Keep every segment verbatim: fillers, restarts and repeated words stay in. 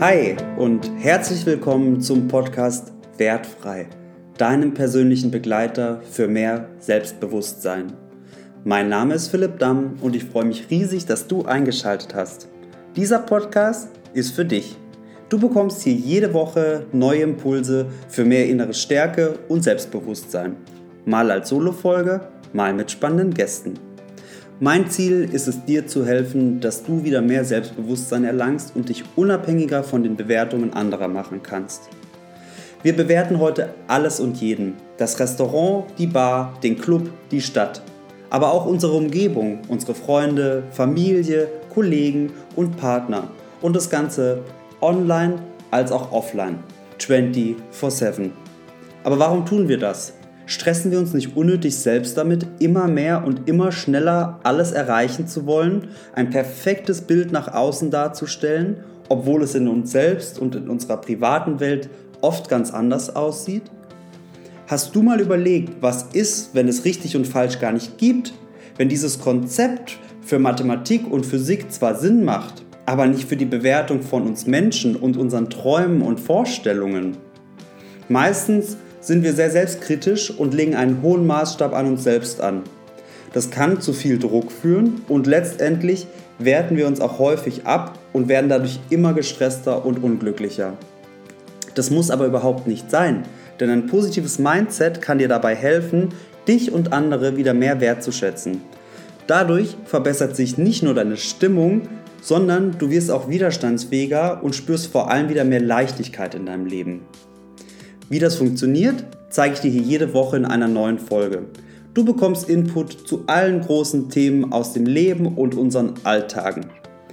Hi und herzlich willkommen zum Podcast Wertfrei, deinem persönlichen Begleiter für mehr Selbstbewusstsein. Mein Name ist Philipp Damm und ich freue mich riesig, dass du eingeschaltet hast. Dieser Podcast ist für dich. Du bekommst hier jede Woche neue Impulse für mehr innere Stärke und Selbstbewusstsein. Mal als Solo-Folge, mal mit spannenden Gästen. Mein Ziel ist es, dir zu helfen, dass du wieder mehr Selbstbewusstsein erlangst und dich unabhängiger von den Bewertungen anderer machen kannst. Wir bewerten heute alles und jeden. Das Restaurant, die Bar, den Club, die Stadt. Aber auch unsere Umgebung, unsere Freunde, Familie, Kollegen und Partner. Und das Ganze online als auch offline. vierundzwanzig sieben. Aber warum tun wir das? Stressen wir uns nicht unnötig selbst damit, immer mehr und immer schneller alles erreichen zu wollen, ein perfektes Bild nach außen darzustellen, obwohl es in uns selbst und in unserer privaten Welt oft ganz anders aussieht? Hast du mal überlegt, was ist, wenn es richtig und falsch gar nicht gibt? Wenn dieses Konzept für Mathematik und Physik zwar Sinn macht, aber nicht für die Bewertung von uns Menschen und unseren Träumen und Vorstellungen? Meistens sind wir sehr selbstkritisch und legen einen hohen Maßstab an uns selbst an. Das kann zu viel Druck führen und letztendlich werten wir uns auch häufig ab und werden dadurch immer gestresster und unglücklicher. Das muss aber überhaupt nicht sein, denn ein positives Mindset kann dir dabei helfen, dich und andere wieder mehr wertzuschätzen. Dadurch verbessert sich nicht nur deine Stimmung, sondern du wirst auch widerstandsfähiger und spürst vor allem wieder mehr Leichtigkeit in deinem Leben. Wie das funktioniert, zeige ich dir hier jede Woche in einer neuen Folge. Du bekommst Input zu allen großen Themen aus dem Leben und unseren Alltagen.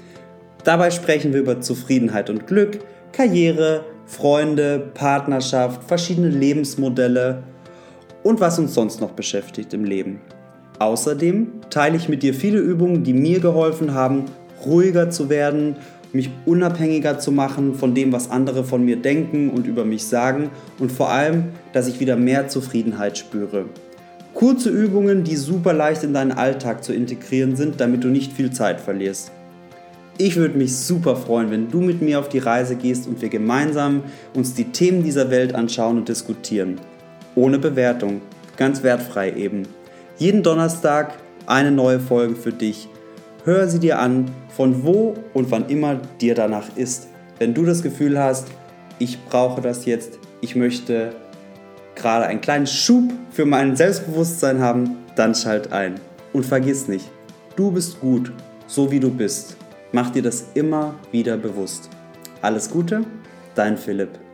Dabei sprechen wir über Zufriedenheit und Glück, Karriere, Freunde, Partnerschaft, verschiedene Lebensmodelle und was uns sonst noch beschäftigt im Leben. Außerdem teile ich mit dir viele Übungen, die mir geholfen haben, ruhiger zu werden, mich unabhängiger zu machen von dem, was andere von mir denken und über mich sagen und vor allem, dass ich wieder mehr Zufriedenheit spüre. Kurze Übungen, die super leicht in deinen Alltag zu integrieren sind, damit du nicht viel Zeit verlierst. Ich würde mich super freuen, wenn du mit mir auf die Reise gehst und wir gemeinsam uns die Themen dieser Welt anschauen und diskutieren. Ohne Bewertung, ganz wertfrei eben. Jeden Donnerstag eine neue Folge für dich. Hör sie dir an, von wo und wann immer dir danach ist. Wenn du das Gefühl hast, ich brauche das jetzt, ich möchte gerade einen kleinen Schub für mein Selbstbewusstsein haben, dann schalt ein. Und vergiss nicht, du bist gut, so wie du bist. Mach dir das immer wieder bewusst. Alles Gute, dein Philipp.